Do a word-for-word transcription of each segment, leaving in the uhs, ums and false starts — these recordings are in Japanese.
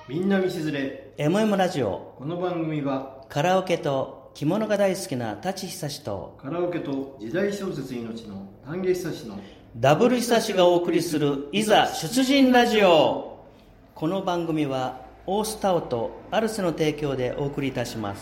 みんな道連れエムエム ラジオ。 この番組はカラオケと着物が大好きな舘久志とカラオケと時代小説命の丹下久志のダブル久志がお送りするいざ出陣ラジオ。この番組はオースタオとアルセの提供でお送りいたします。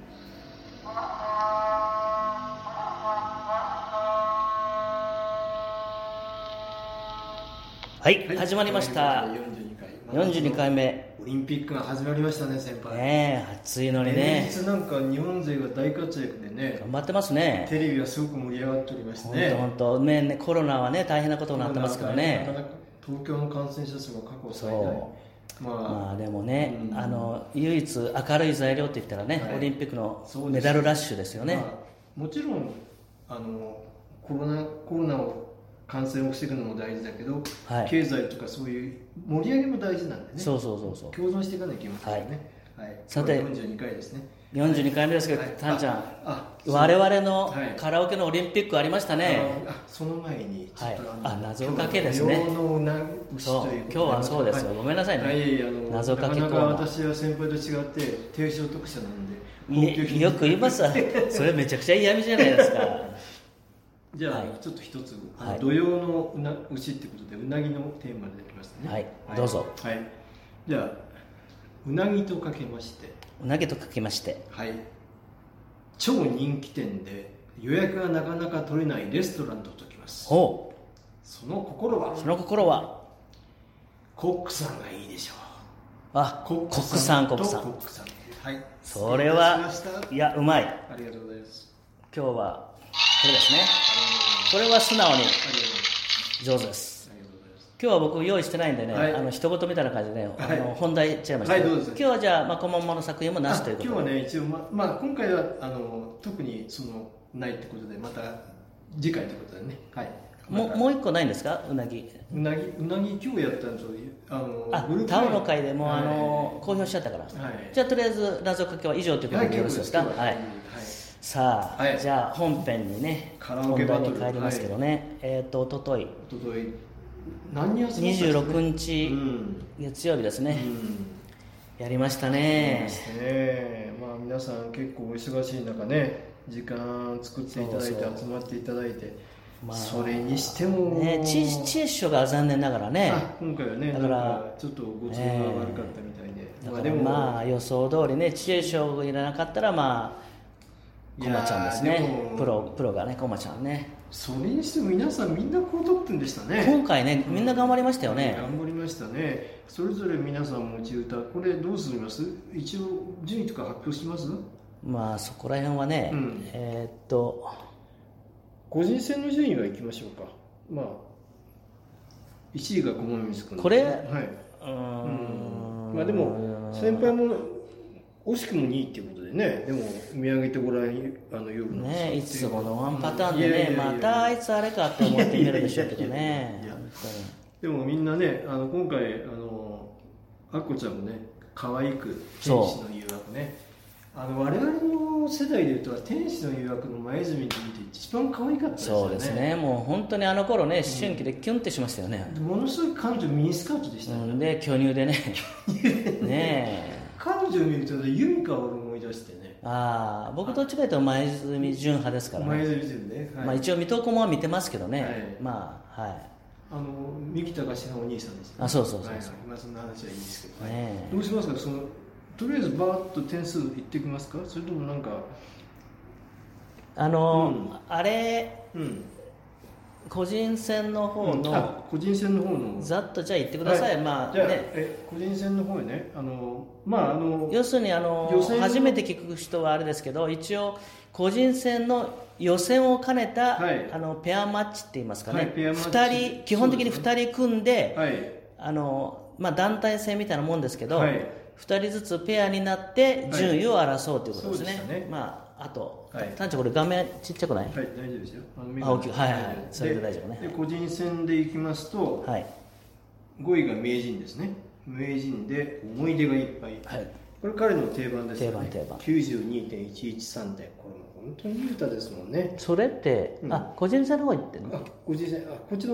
はい、はい、始まりました。 よんじゅうにかい、 よんじゅうにかいめ。 オリンピックが始まりましたね、先輩。 ねえ、暑いのにね。 連日なんか日本勢が大活躍でね、 頑張ってますね。 テレビはすごく盛り上がっておりましてね。 本当本当ね、コロナはね大変なことになってますけどね。 なかなか東京の感染者数が過去最大。 まあ、まあでもね、うん、あの唯一明るい材料って言ったらね、はい、オリンピックのメダルラッシュですよね。まあ、 もちろんあのコロナコロナを感染を防ぐのも大事だけど、はい、経済とかそういう盛り上げも大事なんでね。 そうそうそうそう。 共存していかなきゃいけませんよね。はい。はい、 さてよんじゅうにかいですね。 よんじゅうにかいめですけど、はい、タンちゃん、 あ我々のカラオケのオリンピックありましたね。 ああその前にちょっと、 はい、あ謎かけですね。そう今日はそうですよ。はい、ごめんなさいね。 はい、あの謎かけなかなか私は先輩と違って低所得者なので。よく言いますわ。それめちゃくちゃ嫌味じゃないですか。 じゃあ、はい、ちょっと一つ、はい、土曜のうな牛ってことでうなぎのテーマできましたね。 はい、はい、どうぞ。 はい。じゃあうなぎとかけましてうなぎとかけましてはい超人気店で予約がなかなか取れないレストランと解きます。 ほう。 その心はその心はコックさんがいいでしょう。 あ、コックさんコックさんコックさんはいそれはいやうまい。 ありがとうございます。 今日はこれですね。これは素直に上手です。今日は僕用意してないんでね、はい、あの一言みたいな感じでね、はい、あの本題いっちゃいました、 はい、どうぞ。 今日はじゃあ、まあ、小物の作品もなしということで。 今日はね一応、ままあ、今回はあの特にそのないってことでまた次回ということでね、はい、 もうもう一個ないんですか。うなぎうなぎうなぎ今日やったんですよ。あのあタオの会でもう、はい、あの公表しちゃったから、はい、じゃあとりあえず謎かけは以上ということでよろしいですか。はい、はい、さあ、はい、じゃあ本編にねカラオケバトル本題に帰りますけどね、はい、えっ、ー、とおとといおととい何人集まったんですかね。 にじゅうろくにち、うん、月曜日ですね、うん、やりましたね。 ね、まあ、皆さん結構お忙しい中ね時間作っていただいて集まっていただいて、まあ、それにしてもね知恵師匠が残念ながらね今回はねだからちょっとご都合が悪かったみたいで、 だからまあ予想通りね知恵師匠がいらなかったらまあコマちゃんですね。プロプロがねコマちゃんね。 それにしても皆さんみんな高得点でしたね。 今回ねみんな頑張りましたよね、 うん、頑張りましたね。それぞれ皆さん持ち歌これどうするます。一応順位とか発表します。 まあそこら辺はね、うん、えー、っと個人戦の順位はいきましょうか。まあいちいが駒水君、ね、 これ、 はい、うーんまあでも先輩も惜しくもにいっていうことでね。でも見上げてごらんあの夜のねいつものワンパターンでね、またあいつあれかって思ってみるでしょうけどね。 でもみんなねあの今回あのあっこちゃんもね可愛く天使の誘惑ね。あの我々の世代でいうと天使の誘惑の前泉君って一番可愛かったですよね。 そうですね。もう本当にあの頃ね思春期でキュンってしましたよね、 うん、ものすごい彼女ミニスカートでしたよね、うん、で巨乳でねねえ彼女を見ると由美香を思い出してね。 ああ僕どっちかというと前泉純派ですからね。 前泉純ね、はい、 まあ、一応水戸黄門は見てますけどね、はい、まあはいあの三木隆のお兄さんですね。 あそうそうそうそう、 はいはい、まあ、そんな話はいいですけど、 ねはい、どうしますか。そのとりあえずバーッと点数いってきますか。それともなんかあの、うん、あれ、 うん、 個人戦の方の、うん、 あ個人戦の方のざっとじゃあ言ってください、はい、まあじゃあ、 ね、 え個人戦の方へねあの、まあ、あの要するにあの初めて聞く人はあれですけど一応個人戦の予選を兼ねた、はい、あのペアマッチって言いますかね、はい、ふたり基本的にふたり組んで、はい、あのまあ、団体戦みたいなもんですけど、はい、ふたりずつペアになって順位を争うということですね、はい、ね、まあ、あと、はい、単純これ画面ちっちゃくない。 はい大丈夫ですよ。 あ大きいはいはいそれで大丈夫ね。 で個人戦でいきますと、はい、ごいが名人ですね。名人で思い出がいっぱい、はい、これ彼の定番ですよね。 定番定番きゅうじゅうにてんいちいちさん 点これも本当にいい歌ですもんね。 それって、うん、あ個人戦の方行ってるの。 あ個人戦あこっちの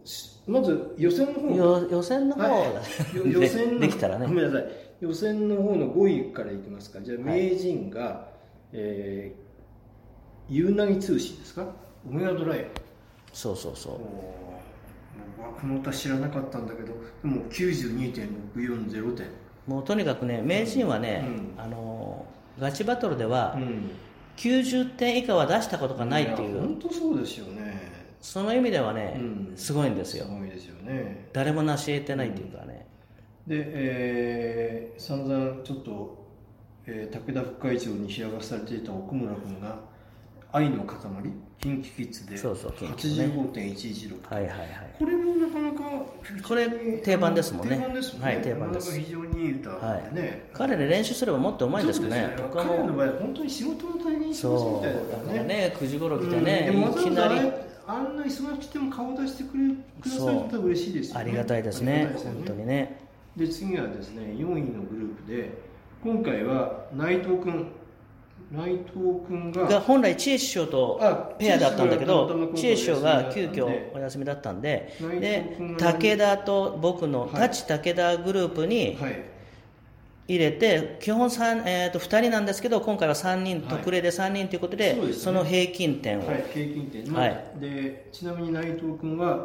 まず予選の方よ予選の方が、はい、 予選のできたらね、 ごめんなさい、予選の方のごいからいきますか。じゃあ名人が、はい、えー、ゆうなぎ通信ですか、オメガドライブ。 そうそうそう、 僕はこの歌知らなかったんだけど、でも きゅうじゅうにてんろくよんゼロ 点。 もうとにかくね、名人はね、うん、あのガチバトルでは、うん、きゅうじゅってん以下は出したことがないっていう。 本当そうですよね。 その意味ではね、うん、すごいんですよ。 すごいですよね。 誰も成し得てないっていうかね。 うん、で、えー、散々ちょっと、えー、武田副会長に冷やかされていた奥村君が愛の塊、キンキキッズで はちじゅうごてんいちいちろく、 はいはいはい、 これもなかなかこれ定番ですもんね。 定番ですもんね。 はい、定番です。 なかなか非常にいい歌でね、はい、 彼で練習すればもっと上手いんですけどね。 僕はもう彼の場合は本当に仕事の大変してますみたいだからね。 ね、くじ頃来てね、 うん、 いきなりあんな忙しくても顔出してくれくださると嬉しいですよね。 ありがたいですね、本当にね。 で次はですね、よんいのグループで今回は内藤君内藤君 が, が本来知恵師匠とペアだったんだけど、知恵師匠が急遽お休みだったんで、で武田と僕の舘武田グループに入れて、基本さん、えー、とふたりなんですけど、今回はさんにん特例でさんにんということで、はい、 そ, で、ね、その平均点を、 はい、平均点、まあ、はい、でちなみに内藤君は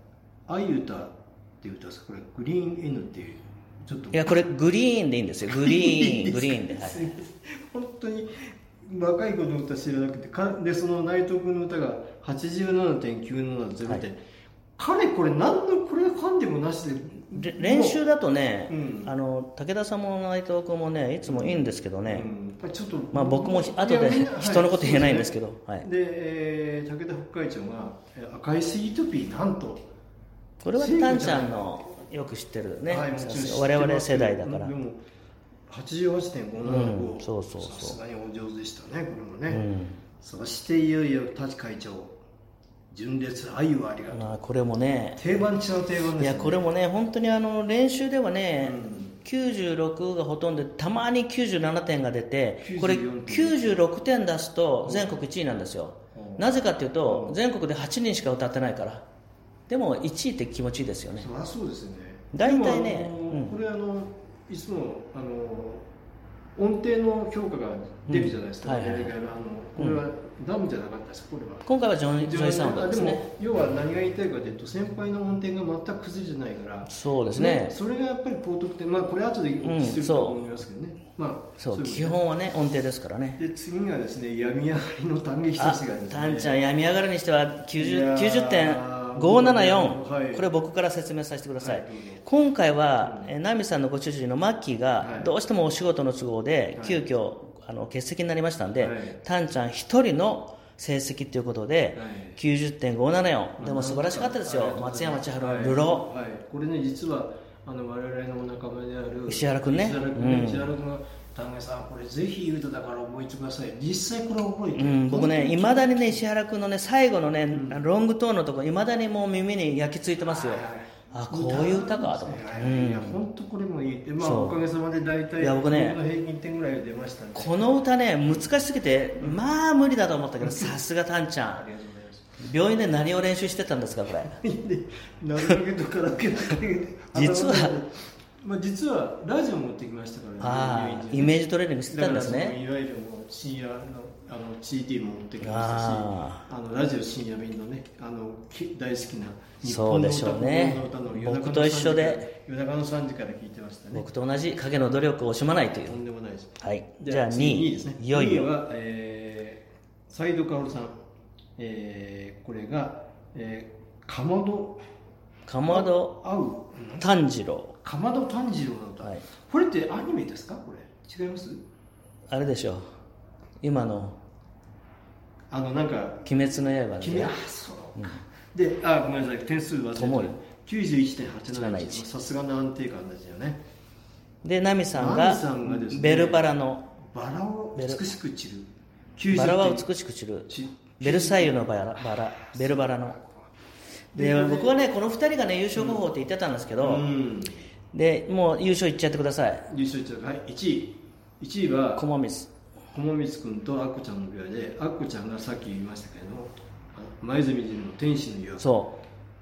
「愛歌」っていう歌ですか、これグリーン N っていうちょっと、 いやこれグリーンでいいんですよ、グリーングリーンで、はい、 本当に若い子の歌知らなくて、でその内藤君の歌が はちじゅうななてんきゅうななゼロ 点、はい、彼これ何のこれファンでもなしで練習だとね、うん、あの武田さんも内藤君もねいつもいいんですけどね、うん、ちょっとまあ、僕も後で人のこと言えないんですけど、はい、で、 えー、武田副会長が赤いスイートピー、なんとこれはタンちゃんのよく知ってるね、はい、我々世代だから。でもはちじゅうはちてんごななご、 うん、そうそうそう、 さすがにお上手でしたね、これもね、うん、そしていよいよ舘会長、純烈愛をありがとう、 まあ、これもね定番中の定番ですね。 いやこれもね本当にあの練習ではね、うん、きゅうじゅうろくがほとんどで、たまにきゅうじゅうななてんが出て、これきゅうじゅうろくてん出すと全国いちいなんですよ、うん、なぜかっていうと、うん、全国ではちにんしか歌ってないから。でもいちいって気持ちいいですよね。 そりゃそうですよね。 大体ね、 うん、これあのいつもあの音程の評価が出るじゃないですか、うん、はいはいはい、あのこれはダムじゃなかったです、これは今回はジョイジョイサウンドですね。 でも要は何が言いたいかというと、先輩の音程が全く崩れじゃないから、 そうですね、 それがやっぱり高得点、まあこれ後でお聞きすると思いますけどね、うん、まあそう、そう基本はね音程ですからね。 で次がですね、病み上がりの丹下仁がですね、 タンちゃん病み上がりにしてはきゅうじゅう、きゅうじゅってんごーななよん、はい、これ僕から説明させてください、はい、今回は、うん、ナミさんのご主人のマッキーがどうしてもお仕事の都合で急遽、はい、あの欠席になりましたんで、はい、タンちゃん一人の成績ということで、はい、きゅうじゅってんごーななよん、でも素晴らしかったですよ、はい、松山千春のルロ、 はいはい、これね実はあの我々のお仲間である石原君ね、 石原君ね、うん、石原君が丹下さん、これぜひ言うとだから覚えてください。実際これ覚えて、 うん、僕ねいまだにね石原君のね最後のね、うん、ロングトーンのとこいまだにもう耳に焼き付いてますよ。あ、こういう歌かと思って、 いやいや本当これもいいって、まあおかげさまで大体僕の平均点ぐらい出ましたんで、 この歌ね難しすぎて、うん、まあ無理だと思ったけど、さすがタンちゃん。ありがとうございます。病院で何を練習してたんですかこれ。 なるだけとカラオケだけ実はまあ、実はラジオ持ってきましたからね。 ああ、イメージトレーニングしてたんですね。 いわゆるもう深夜のあの シーディー も持ってきましたし、ああのラジオ深夜便のね、あの大好きな日本の歌、 ね、 歌の僕と一緒で夜中のさんじから聞いてましたね。 僕と同じ影の努力を惜しまないという。 とんでもないです。 はい。じゃあにいですね。いよいよ。 にいは、えー、斉藤薫さん、えー、これが、えー、かまどかまど炭治郎。 かまど炭治郎の歌、はい、これってアニメですか？これ違います？ あれでしょう、今のあのなんか鬼滅の刃で、 ね、あそうか、うん、で、あ、ごめんなさい、点数はきゅうじゅういってんはちなないち、さすがの安定感ですよね。 でナミさんがベルバラのバラを美しく散る、バラは美しく散る、ベルサイユのバラ、バラベルバラので、僕はねこのふたりがね優勝候補って言ってたんですけど、うん、でもう優勝いっちゃってください。 優勝いっちゃう、はい、いちいいちいは駒光駒光君とアッコちゃんのペアで、アッコちゃんがさっき言いましたけれども前住陣の天使の誘惑、 そう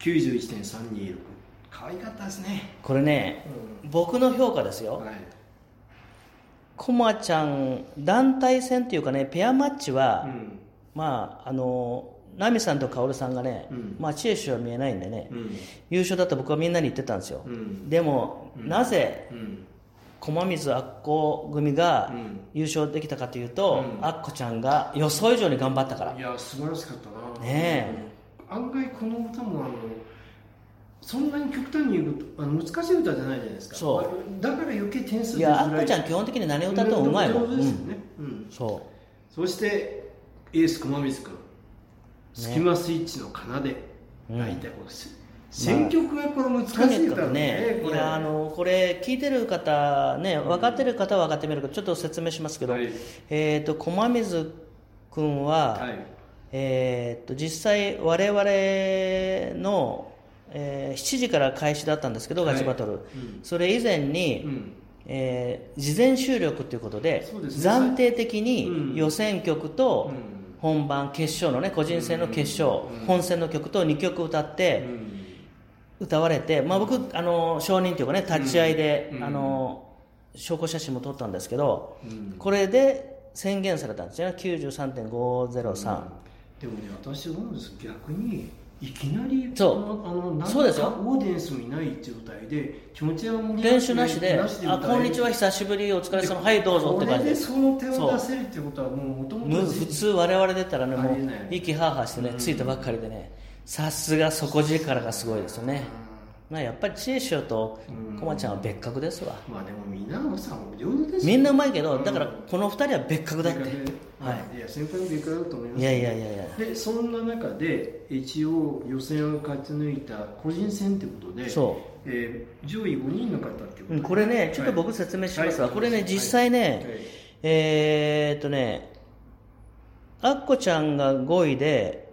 きゅうじゅういちてんさんにろく、可愛かったですね。 これね、うん、僕の評価ですよ、はい、コマちゃん団体戦っていうかね、ペアマッチは、うん、まああのナミさんとカオルさんがね、うん、まあ知恵賞は見えないんでね、うん、優勝だと僕はみんなに言ってたんですよ、うん、でも、うん、なぜ、うん駒水あっこ組が優勝できたかというと、うん、あっこちゃんが予想以上に頑張ったから。 いや素晴らしかったな。 ねえ、案外この歌もあのそんなに極端に言うとあの難しい歌じゃないじゃないですか。そうだから余計点数いやあっこちゃん基本的に何歌ってもうまいもん。 上手ですよね、うんうん、そうそしてエース駒水君、スキマスイッチの奏で、大体こうです選曲がこれ難しいからね。 いやあのこれ聞いてる方ね、分かってる方は分かってみるけどちょっと説明しますけど、はい、えっと駒水君は、はい、えっと実際我々の、えー、しちじから開始だったんですけど、はい、ガチバトル、うん、それ以前に、うんえー、事前収録ということで、そうですね、暫定的に予選曲と本番決勝のね個人戦の決勝、うん、本戦の曲とにきょく歌って、うん歌われて、まあ、僕あの証人というかね立ち会いで、うん、あの証拠写真も撮ったんですけど、うん、これで宣言されたんですよね きゅうじゅうさんてんごゼロさん、 うん、でもね私思うんです逆にいきなりそうあのなんそうですよオーディエンスもいない状態で気持ちは盛り練習なしであこんにちは久しぶりお疲れ様はいどうぞって感じでこれでその手を出せるっていうことはもうもともと普通我々出たらねもう息ハーハーしてね、うん、ついたばっかりでねさすが底力がすごいですよね、まあ、やっぱり知恵師匠とコマちゃんは別格ですわ、 まあでもみんなのさん上手ですみんなうまいけどだからこのふたりは別格だって、はいいや先輩も別格だと思います、 いやいやいやいやでそんな中で一応予選を勝ち抜いた個人戦ということでそう、えー、上位ごにんの方っていうことで、 これねちょっと僕説明しますわ、はい、これね実際ね、はいはい、えー、っとねあっこちゃんがごいで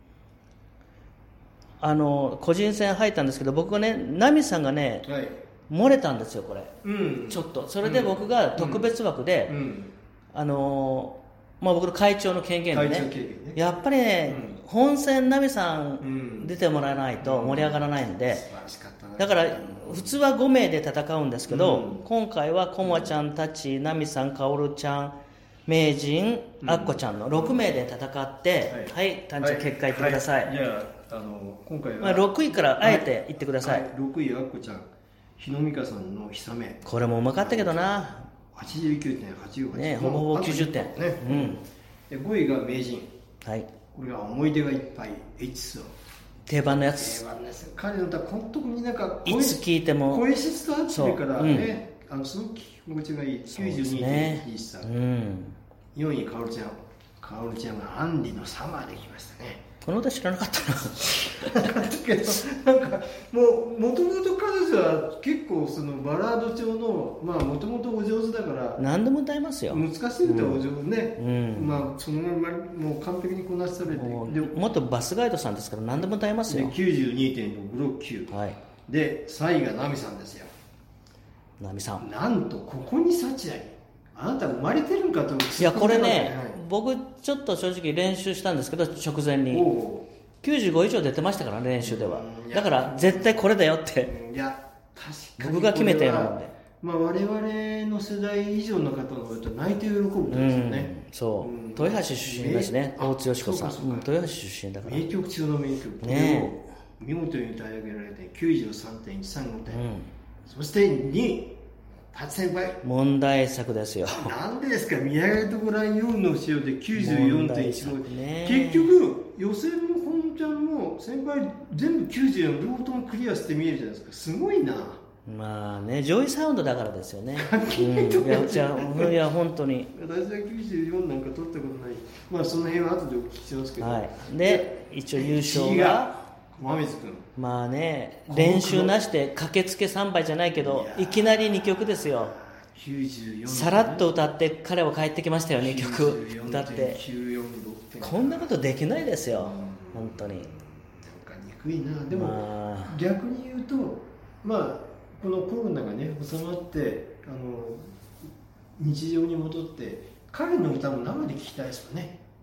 あの個人戦入ったんですけど僕がねナミさんがね、はい、漏れたんですよこれ、うん、ちょっとそれで僕が特別枠で、うんうん、あのまあ、僕の会長の権限で ね, ねやっぱりね、うん、本戦ナミさん出てもらわないと盛り上がらないんで、うん、だから普通はごめいで戦うんですけど、うん、今回はコマちゃんたちナミさんカオルちゃん名人、うん、アッコちゃんのろくめいで戦って、はい、はい、単純結果言ってください、はいはい、 じゃあ、あの今回は、 まあ、ろくいからあえて言ってください、はいはい、 ろくいアッコちゃん日野美香さんの久めこれもうまかったけどなはちじゅうきゅうてんはちごはち、 ね、ほぼほぼきゅうじゅってん、ねうん、 でごいが名人、 はい、 これが思い出がいっぱい エイチツー定番のやつ定番です彼の歌本当になんかいつ聴いても声質と合ってるからね、うん、あのすごく聴き心地がいい きゅうじゅうにてんいちさん、ねうん、よんいカオルちゃんカオルちゃんがアンリのサマーできましたねこの歌知らなかったなだけどなんかもうもともと彼女は結構そのバラード調のまあもともとお上手だから何でも歌いますよ難しい歌はお上手ね、うん、まあそのままもう完璧にこなしされてで元バスガイドさんですから何でも歌いますよで きゅうじゅうにてんろくろくきゅう、はい、でさんいがナミさんですよナミさんなんとここに幸ありあなた生まれてるんかといやこれね、はい、僕ちょっと正直練習したんですけど直前にきゅうじゅうご以上出てましたから練習ではだから絶対これだよっていや確かに僕が決めたようなもんで、 まあ、我々の世代以上の方のこと泣いて喜ぶんですよね、 うん、そう、うん、豊橋出身だしね大津よし子さん、うん、豊橋出身だから名曲中の名曲ね見事に歌い上げられて きゅうじゅうさんてんいちさんごてん、うん、そしてにい達先輩問題作ですよなんでですか見上げとご覧よんの後ろで きゅうじゅうよんてんいちご、ね、結局予選も本ちゃんも先輩全部きゅうじゅうよん両方ともクリアして見えるじゃないですかすごいなまあねジョイサウンドだからですよねうん、いやじゃあいや本当に私はきゅうじゅうよんなんか取ったことないまあその辺は後でお聞きしますけど、 はい、で一応優勝が駒水君まあね練習なしで駆けつけさんばいじゃないけど い, いきなりにきょくですよきゅうじゅうよんさらっと歌って彼は帰ってきましたよにきょく歌ってこんなことできないですよ本当になんか憎いなでも、まあ、逆に言うとまあこのコロナがね収まってあの日常に戻って彼の歌も生で聴きたいですよね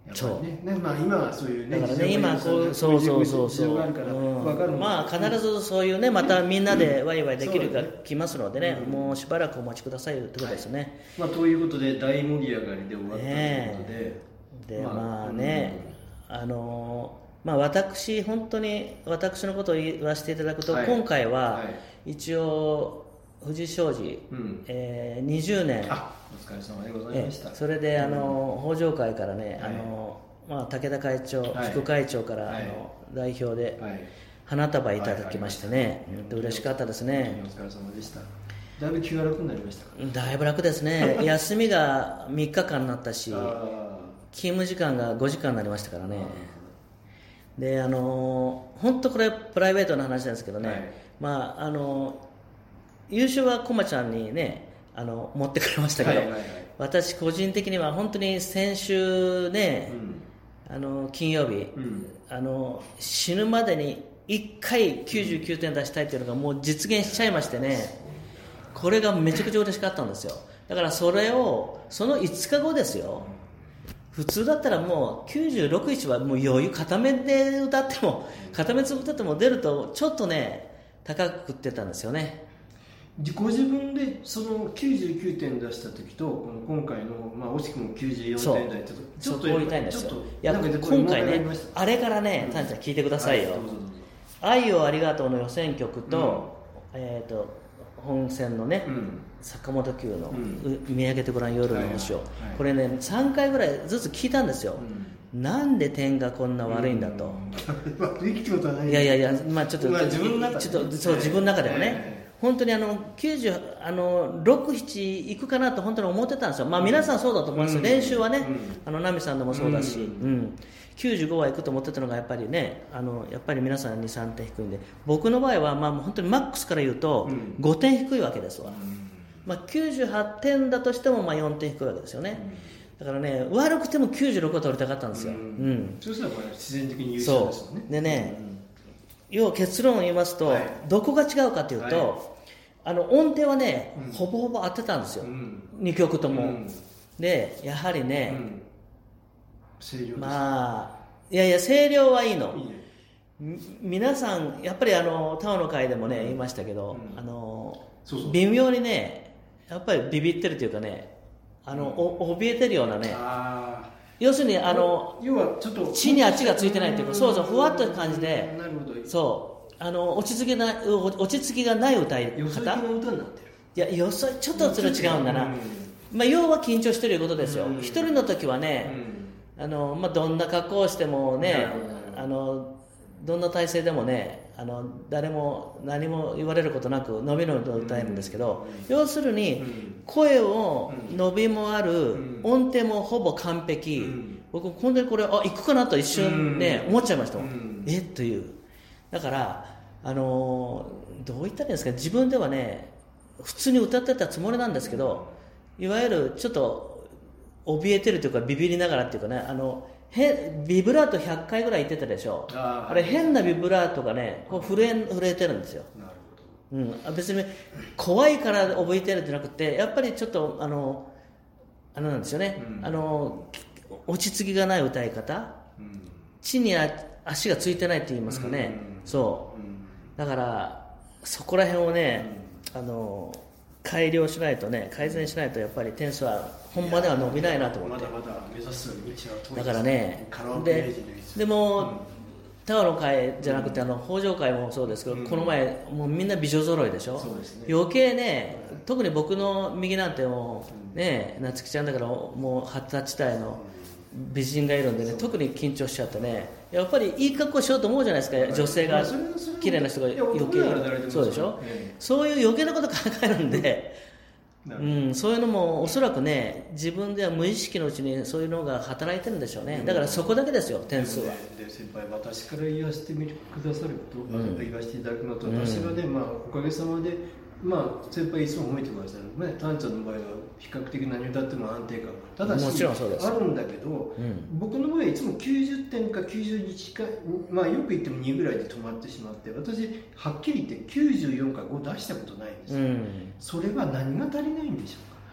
そうね、ね、まあ、今はそういうね、 だからね、今こう、そうそうそうそう、まあ必ずそういうね、またみんなでワイワイできるが来ますのでね、うん、もうしばらくお待ちくださいということですね。 はい、まあ、ということで大盛り上がりで終わったということで、 ね、で、まあ、まあね、うん、あのまあ私本当に私のことを言わせていただくと、はい、今回は一応藤商事、うん、えー、にじゅうねん。 お疲れ様でございました。 それであの北条会からね、あのまあ、武田会長、はい、副会長から、はい、あの代表で花束いただきましてね、はいはい、嬉しかったですね。 お疲れ様でした。だいぶ気が楽になりましたか？ だいぶ楽ですね。休みがみっかかんになったし、勤務時間がごじかんになりましたからね。で、あの本当これプライベートな話なんですけどね、はい、まああの優勝は駒ちゃんにね、あの持ってくれましたけど、はいはいはい、私個人的には本当に先週ね、うん、あの金曜日、うん、あの死ぬまでにいっかいきゅうじゅうきゅうてん出したいというのがもう実現しちゃいましてね、これがめちゃくちゃ嬉しかったんですよ。だからそれをそのいつかごですよ。普通だったらもうきゅうじゅうろく、いちはもう余裕固めで歌っても固めつ歌っても出るとちょっとね高く食ってたんですよね。 ご自分でそのきゅうじゅうきゅうてん出した時とこの今回の、まあ、惜しくもきゅうじゅうよんてん台ってちょっと言いたいんですよ。いや今回ねあれからね、タンちゃん聞いてくださいよ、はい、愛をありがとうの予選曲と、うん、えーと本戦のね、うん、坂本九の、うん、見上げてごらん夜の星を、はいはいはい、これねさんかいぐらいずつ聞いたんですよ、うん、なんで点がこんな悪いんだと、 うん、悪いってことはない。 いやいやいや、まあちょっと、 まあ、自分の中で、 ちょっとそう自分の中ではね、はいはい、本当にあのきゅうじゅうあのろく、なないくかなと本当に思ってたんですよ。まあ皆さんそうだと思いますよ、うん、練習はね、うん、あのナミさんでもそうだし、うんうん、きゅうじゅうごはいくと思ってたのがやっぱりね、あのやっぱり皆さんに、さんてん低いんで、僕の場合はまあ本当にマックスから言うとごてん低いわけですわ、まあ、きゅうじゅうはってんだとしてもまあよんてん低いわけですよね。だからね悪くてもきゅうじゅうろくは取りたかったんですよ、うんうん、 そうしたらこれ自然的に優勝ですよね。 でね、うん、要は結論を言いますと、はい、どこが違うかというと、はい、あの音程はね、うん、ほぼほぼ合ってたんですよ、うん、にきょくとも、うん、でやはりね、うん、まあいやいや声量はいいのいい、ね、皆さんやっぱりあのタオの会でもね、うん、言いましたけど、うん、あのそうそう微妙にねやっぱりビビってるというかね、あの、うん、お怯えてるようなね、あ要するにあの要はちょっと地に足がついてないというか、そうそうふわっとした感じで、なるほど、そうあの落ち着きな落ち着きがない歌い方。 よそ行きの歌になってる。 いやよそちょっとそれ違うんだな、うん、まあ、要は緊張してるいうことですよ。うん、一人の時はね、うん、あのまあ、どんな格好をしてもね、あのどんな体勢でもね、あの誰も何も言われることなく伸び伸びと歌えるんですけど、うん、要するに、うん、声を伸びもある、うん、音程もほぼ完璧、うん、僕本当にこれあ行くかなと一瞬ね、うん、思っちゃいましたもん、うん、えっという。だからあのどう言ったらいいんですか、自分ではね普通に歌ってたつもりなんですけど、いわゆるちょっと怯えてるというかビビりながらっていうかね、あのへビブラートひゃっかいぐらい言ってたでしょ。 あ, あれ変なビブラートがねこう震え、震えてるんですよ。なるほど、うん、別に怖いから怯えてるんじゃなくて、やっぱりちょっとあのあのなんですよね、うん、あの落ち着きがない歌い方、うん、地に足がついてないって言いますかね、うん、そう、うん、だからそこら辺をね、うん、あの改良しないとね、改善しないとやっぱり点数は本場では伸びないなと思って。 まだまだ目指す道は遠いです。 だからね、で, でも、うん、タオの会じゃなくて、うん、あの北条会もそうですけど、うん、この前もうみんな美女揃いでしょ。そうですね、余計ね、特に僕の右なんてもうね、夏希ちゃんだからもう発達地帯の美人がいるんでね、特に緊張しちゃってね、やっぱりいい格好しようと思うじゃないですか、女性が綺麗な人が余計、そうでしょ、ええ、そういう余計なこと考えるんで、うん、そういうのもおそらくね自分では無意識のうちにそういうのが働いてるんでしょうね。だからそこだけですよ、点数は。 でで先輩、私から言わせてみてくださると、うん、言わせていただくのと、私はね、まあ、おかげさまで、まあ、先輩いつも褒めてくださるね、タンちゃんの場合は比較的何歌っても安定感がただしもちろんそうですあるんだけど、うん、僕の場合はいつもきゅうじゅってんかきゅうじゅうに近い、まあ、よく言ってもにぐらいで止まってしまって、私はっきり言ってきゅうじゅうよんかご出したことないんですよ、うん、それは何が足りないんでしょうか。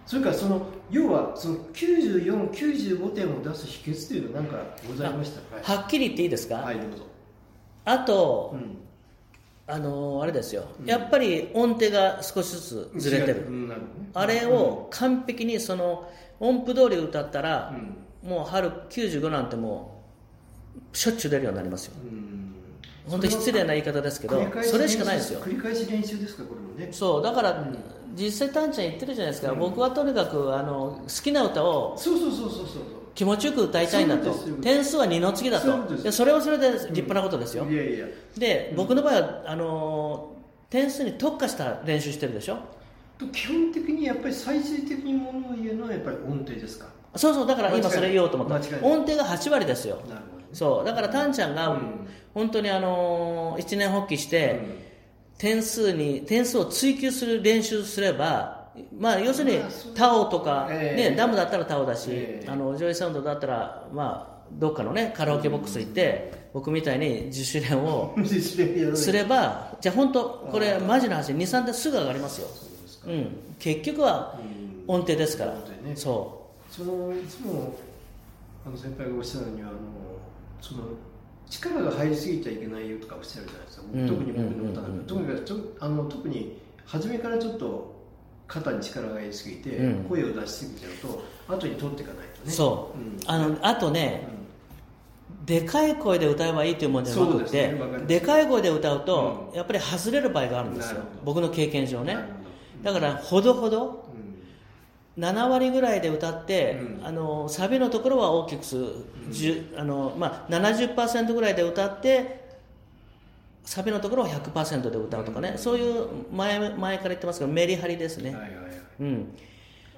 それからその要はそのきゅうじゅうよん、きゅうじゅうごてんを出す秘訣というのは何かございましたか？ はっきり言っていいですか？ はい、どうぞ。 あと、 うん、 あのー、あれですよ、うん、やっぱり音程が少しずつずれてる、うんね、あれを完璧にその音符通り歌ったら、うん、もう春きゅうじゅうごなんてもうしょっちゅう出るようになりますよ、うん、本当に失礼な言い方ですけど、それしかないですよ。 繰り返し練習ですか、これもね。 そうだから、うん、実際タンちゃん言ってるじゃないですか、うん、僕はとにかくあの好きな歌をそうそうそうそうそう気持ちよく歌いたいんだと、点数は二の次だと、そでそれはそれで立派なことですよ、うん、いやいやで、うん、僕の場合はあの点数に特化した練習してるでしょ。 基本的にやっぱり最終的にものを言うのはやっぱり音程ですか？ そうそう、だから今それ言おうと思った。音程がはち割ですよ。なるほど、ね、そうだからタンちゃんが、うん、本当にあの一年発起して、うん、点数に点数を追求する練習すれば、まあ、要するにタオとか、ねえー、ダムだったらタオだし、えー、あのジョイサウンドだったら、まあ、どっかの、ね、カラオケボックス行って、うん、僕みたいに自主練をすればじゃあ本当これマジな話 にさん ですぐ上がりますよ。うん、結局は音程ですから、うん、ね、そうそのいつもあの先輩がおっしゃるにはあのその力が入りすぎちゃいけないよとかおっしゃるじゃないですか、うん、特に僕の歌なんか特に初めからちょっと肩に力が入りすぎて、うん、声を出しすぎちゃうと後に取っていかないとね。 そう、うん、あのあとね、うん、でかい声で歌えばいいというものじゃなくて、 で,、ね、でかい声で歌うと、うん、やっぱり外れる場合があるんですよ、僕の経験上ね。だからほどほど、うん、なな割ぐらいで歌って、うん、あのサビのところは大きくする、うん、あのまあ、ななじゅっパーセント ぐらいで歌ってサビのところは ひゃくパーセント で歌うとかね、うん、そういう前前から言ってますけどメリハリですね、はいはいはい、うん、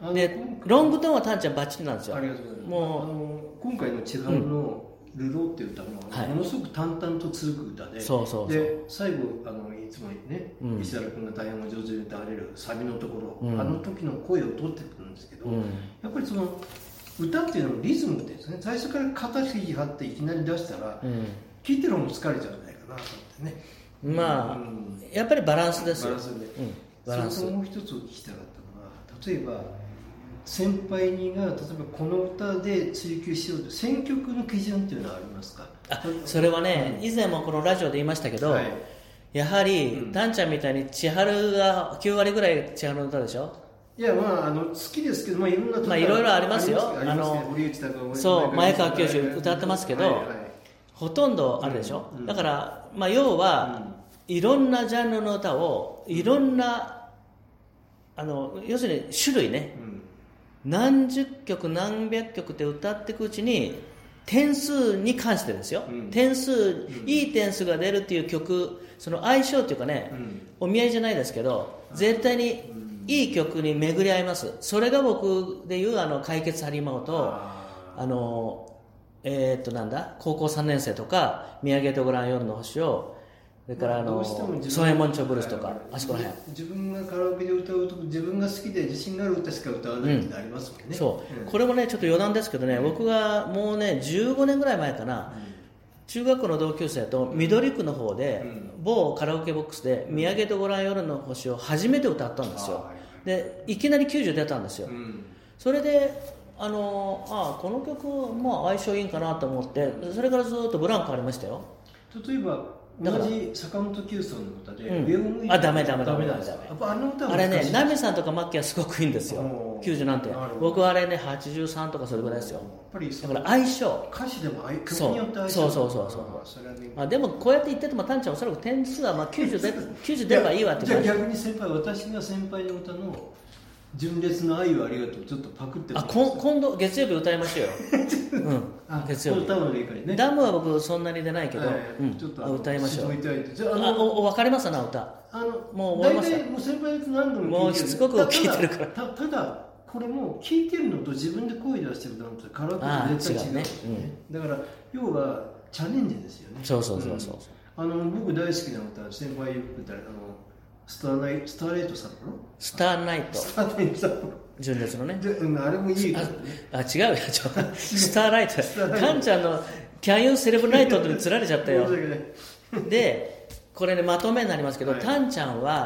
でロングトーンはタンちゃんバッチリなんですよ。 ありがとうございます。もうあの今回の千春のルローっていう歌も、はい、ものすごく淡々と続く歌で、 そうそうそう、 で最後あのいつもね、うん、石原君が大変お上手に歌われるサビのところ、うん、あの時の声を取ってくるんですけど、うん、やっぱりその歌っていうのもリズムってですね、最初から肩肘張っていきなり出したら、うん、聴いてる方も疲れちゃうんじゃないかなと思ってね。 まあ、うん、やっぱりバランスですよ。 バランスで、うん、バランス。それともう一つお聞きしたかったのは、例えば先輩にが例えばこの歌で追求しようと選曲の基準っていうのはありますか？ あ、それはね、うん、以前もこのラジオで言いましたけど、はい、やはり、うん、タンちゃんみたいに千春がきゅう割ぐらい千春の歌でしょ。 いや、まあ、あの好きですけど、まあ、いろんなまあ、いろいろありますよ。あのそう前川清歌ってますけど、はいはい、ほとんどあるでしょ、うん、だから、まあ、要は、うん、いろんなジャンルの歌をいろんなあの要するに種類ね、うん、何十曲何百曲って歌っていくうちに点数に関してですよ、うん、点数、うん、いい点数が出るっていう曲、その相性っていうかね、うん、お見合いじゃないですけど絶対にいい曲に巡り合います。それが僕でいうあの解決ハリマオとあのえー、っとなんだ高校さんねん生とか見上げてごらん夜の星を、それからあのソエモンチョブルスとか、あそこら辺自分がカラオケで歌うと自分が好きで自信がある歌しか歌わないってありますもんね、 うん、そう、うん、これもねちょっと余談ですけどね、うん、僕がもうねじゅうごねんぐらい前かな、うん、中学校の同級生と緑区の方で、うん、某カラオケボックスで見上げてごらん夜の星を初めて歌ったんですよ。でいきなりきゅうじゅう出たんですよ、うん、それであのあこの曲、まあ、相性いいんかなと思ってそれからずっとブランクありましたよ。 例えば同じ坂本九さんの歌で、 うん、 上を向いてあダメダメダメダメダメあの歌はあれねナミさんとかマッキーはすごくいいんですよ。きゅうじゅうなんて僕はあれねはちじゅうさんとかそれぐらいですよ。やっぱりだから相性歌詞でも曲によって相性そうそうそうそうそう、ね、あでもこうやって言っててもタンちゃんおそらく点数はまあきゅうじゅう出きゅうじゅう出ればいいわって感じ。 じゃあ逆に先輩私が先輩の歌の純烈の愛をありがとうちょっとパクってあこ今度月曜日歌いましょうよ、うん、あ月曜日ダムの理解ね。ダムは僕そんなに出ないけど、はいうん、ちょっと歌いましょう。じゃああおお分かりますな歌あのもう覚えました。 もう先輩と何度も聞いてるもうしつこく聞いてるからた だ, た, ただこれも聞いてるのと自分で声出してるのとカラオケと絶対違う、ねうん、だから要はチャレンジですよね。 そうそうそうそう、 うん、あの僕大好きな歌先輩よく歌あのスターナイトスターレイトさんのスターナイトスターナイトさんの純烈のねうん、あれもいいからね。 あ, あ違うよちょスターライトタンちゃんのキャンユーセレブライトに釣られちゃったよでこれねまとめになりますけど、はい、タンちゃんは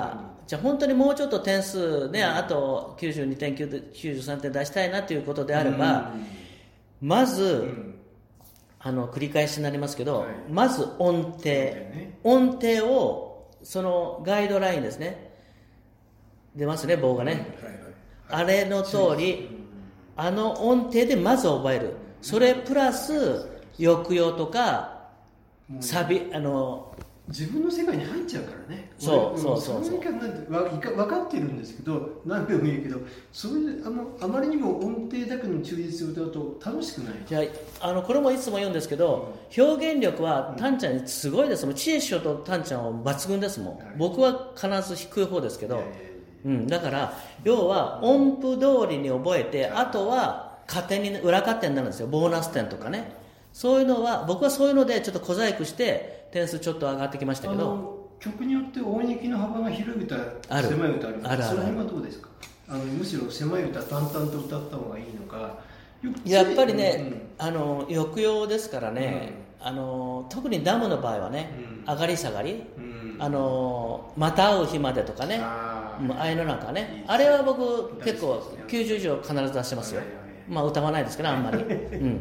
じゃあ本当にもうちょっと点数ね、うん、あときゅうじゅうにてんきゅうじゅうさんてん出したいなということであれば、うん、まず、うん、あの繰り返しになりますけど、はい、まず音程、ね、音程をそのガイドラインですね、出ますね棒がね、はいはいはい、あれの通り、あの音程でまず覚える、それプラス抑揚とかサビ、あの自分の世界に入っちゃうからね。 そうそうそうそう。 分かってるんですけど、何でもいいけど、そういうあのあまりにも音程だけの忠実に歌うと楽しくない。 じゃあ、あのこれもいつも言うんですけど、うん、表現力はタンちゃんにすごいですもん。知恵師匠とタンちゃんは抜群ですもん。はい、僕は必ず低い方ですけど、うん、だから要は音符通りに覚えて、あとは加点に裏加点になるんですよ。ボーナス点とかね。そういうのは僕はそういうのでちょっと小細工して点数ちょっと上がってきましたけど、 曲によって音域の幅が広い歌、狭い歌あります。あるある。その辺はどうですか？あのむしろ狭い歌淡々と歌った方がいいのか。 やっぱりね、うん、あの抑揚ですからね、うん、あの特にダムの場合はね、うん、上がり下がり、うん、あのまた会う日までとかね、ああいうのなんかね、いいですね、あれは僕結構きゅうじゅう以上必ず出してますよ。まあ歌わないですけどあんまり、うん、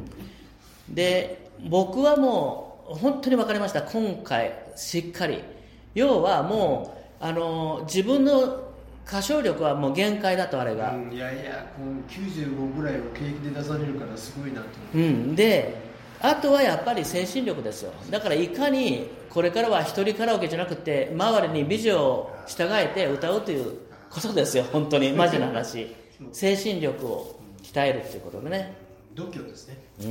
で僕はもう本当に分かりました。今回しっかり、要はもう、あの自分の歌唱力はもう限界だと、あれが、 うん、いやいやこうきゅうじゅうごぐらいを平気で出されるからすごいなと、 うん、であとはやっぱり精神力ですよ。だからいかにこれからは一人カラオケじゃなくて周りに美女を従えて歌うということですよ。本当にマジな話精神力を鍛えるということでね、 度胸ですね、 うん、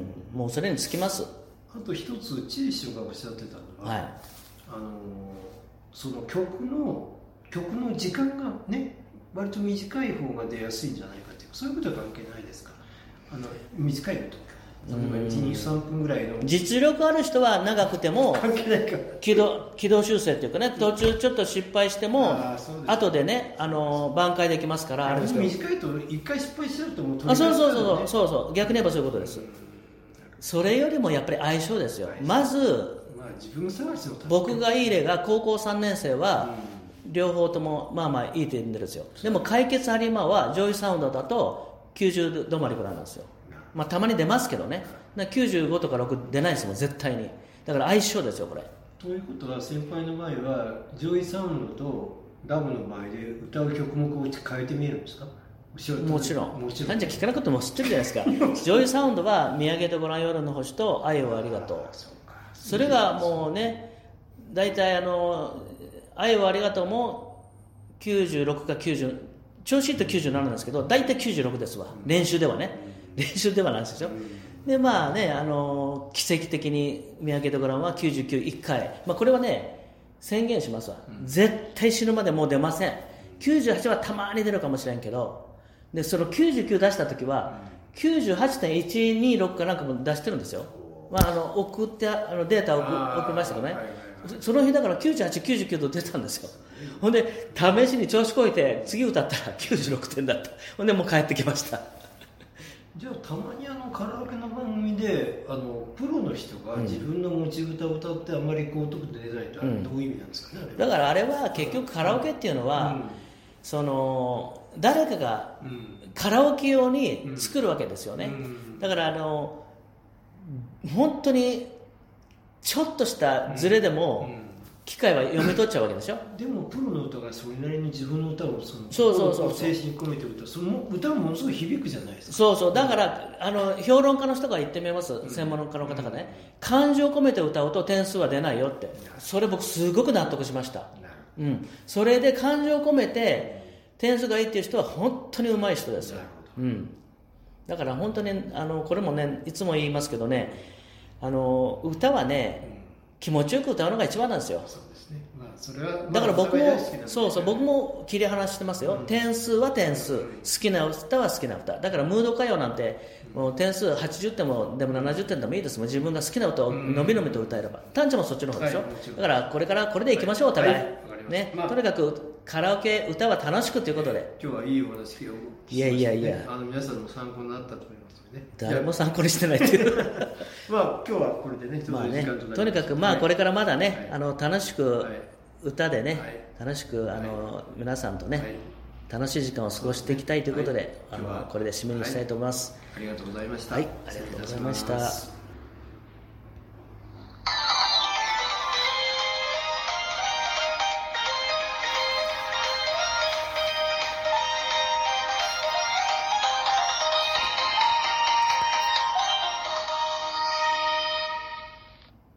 もうそれにつきます。 あと一つ知恵師匠がおっしゃってたのは、はい、あのその曲の曲の時間がね割と短い方が出やすいんじゃないかっていう、そういうことは関係ないですか？あの短いこと例えばいち、に、さんぷんぐらいの実力ある人は長くても関係ないか軌道、軌道修正っていうかね、途中ちょっと失敗してもあ後でねあの挽回できますから。あれですけど短いといっかい失敗しちゃうともう取り返すからね。あ、そうそうそうそうそう、逆に言えばそういうことです。それよりもやっぱり相性ですよ。まず、 まあ、自分探しの僕がいい例が高校さんねん生は、うん、両方ともまあまあいい点ですよ。でも解決ハリマはジョイサウンドだときゅうじゅう止まりぐらいなんですよ。まあ、たまに出ますけどね、きゅうじゅうごとかろく出ないですもん絶対に。だから相性ですよこれ。 ということは先輩の場合はジョイサウンドとダムの場合で歌う曲目を変えてみるんですか？ もちろん。もちろん。なんじゃ聞かなくても知ってるじゃないですかジョイサウンドは見上げてごらん夜の星と愛をありがとう。それがもうね、大体あの愛をありがとうもきゅうじゅうろくかきゅうじゅう、調子いいときゅうじゅうなななんですけど大体きゅうじゅうろくですわ、練習ではね。練習ではなんですよ。でまあね、あの奇跡的に見上げてごらんはきゅうじゅうきゅういっかい、まあ、これはね宣言しますわ、うん、絶対死ぬまでもう出ません。きゅうじゅうはちはたまに出るかもしれんけど、でそのきゅうじゅうきゅう出した時は きゅうじゅうはちてんいちにろく かなんかも出してるんですよ。まあ、あの送ってあのデータを 送, 送りましたけどね、はいはいはい、その日だからきゅうじゅうはち、きゅうじゅうきゅうと出たんですよ。ほんで試しに調子こいて次歌ったらきゅうじゅうろくてんだった。ほんでもう帰ってきましたじゃあたまにあのカラオケの番組であのプロの人が自分の持ち歌を歌ってあんまり高得点出ないと、うん、どういう意味なんですかね。 だからあれは結局カラオケっていうのは、うん、その誰かがカラオケ用に作るわけですよね、うん、だからあの本当にちょっとしたズレでも、うんうん、機械は読み取っちゃうわけでしょでもプロの歌がそれなりに自分の歌をそのそうそうそう精神込めて歌その歌はものすごい響くじゃないですか。 そうそう、だからあの評論家の人が言ってみます、うん、専門家の方がね、感情込めて歌うと点数は出ないよって。それ僕すごく納得しました、うん、それで感情込めて点数がいいっていう人は本当に上手い人ですよ、うん、だから本当にあのこれもねいつも言いますけどね、あの歌はね気持ちよく歌うのが一番なんですよ。 そうですね、まあ、それはだから僕もそうそう僕も切り離してますよ、うん、点数は点数、うん、好きな歌は好きな歌だからムード歌謡なんて、うん、もう点数はちじゅってんもでもななじゅってんでもいいですもん。自分が好きな歌をのびのびと歌えれば、タンちゃんもそっちの方でしょ、はい、だからこれからこれでいきましょう、お互い、はいね、まあ、とにかくカラオケ歌は楽しくということで今日はいいお話を、ね、 いやいやいやあの皆さんの参考になったと思いますよね。 誰も参考にしてないっていうまあ今日はこれでね、 まあね、とにかくまあこれからまだね、はい、あの楽しく歌でね、はい楽しくあの、はい、皆さんとね、はい、楽しい時間を過ごしていきたいということで、はい、あのこれで締めにしたいと思います。 はい、ありがとうございました。 はい、ありがとうございました。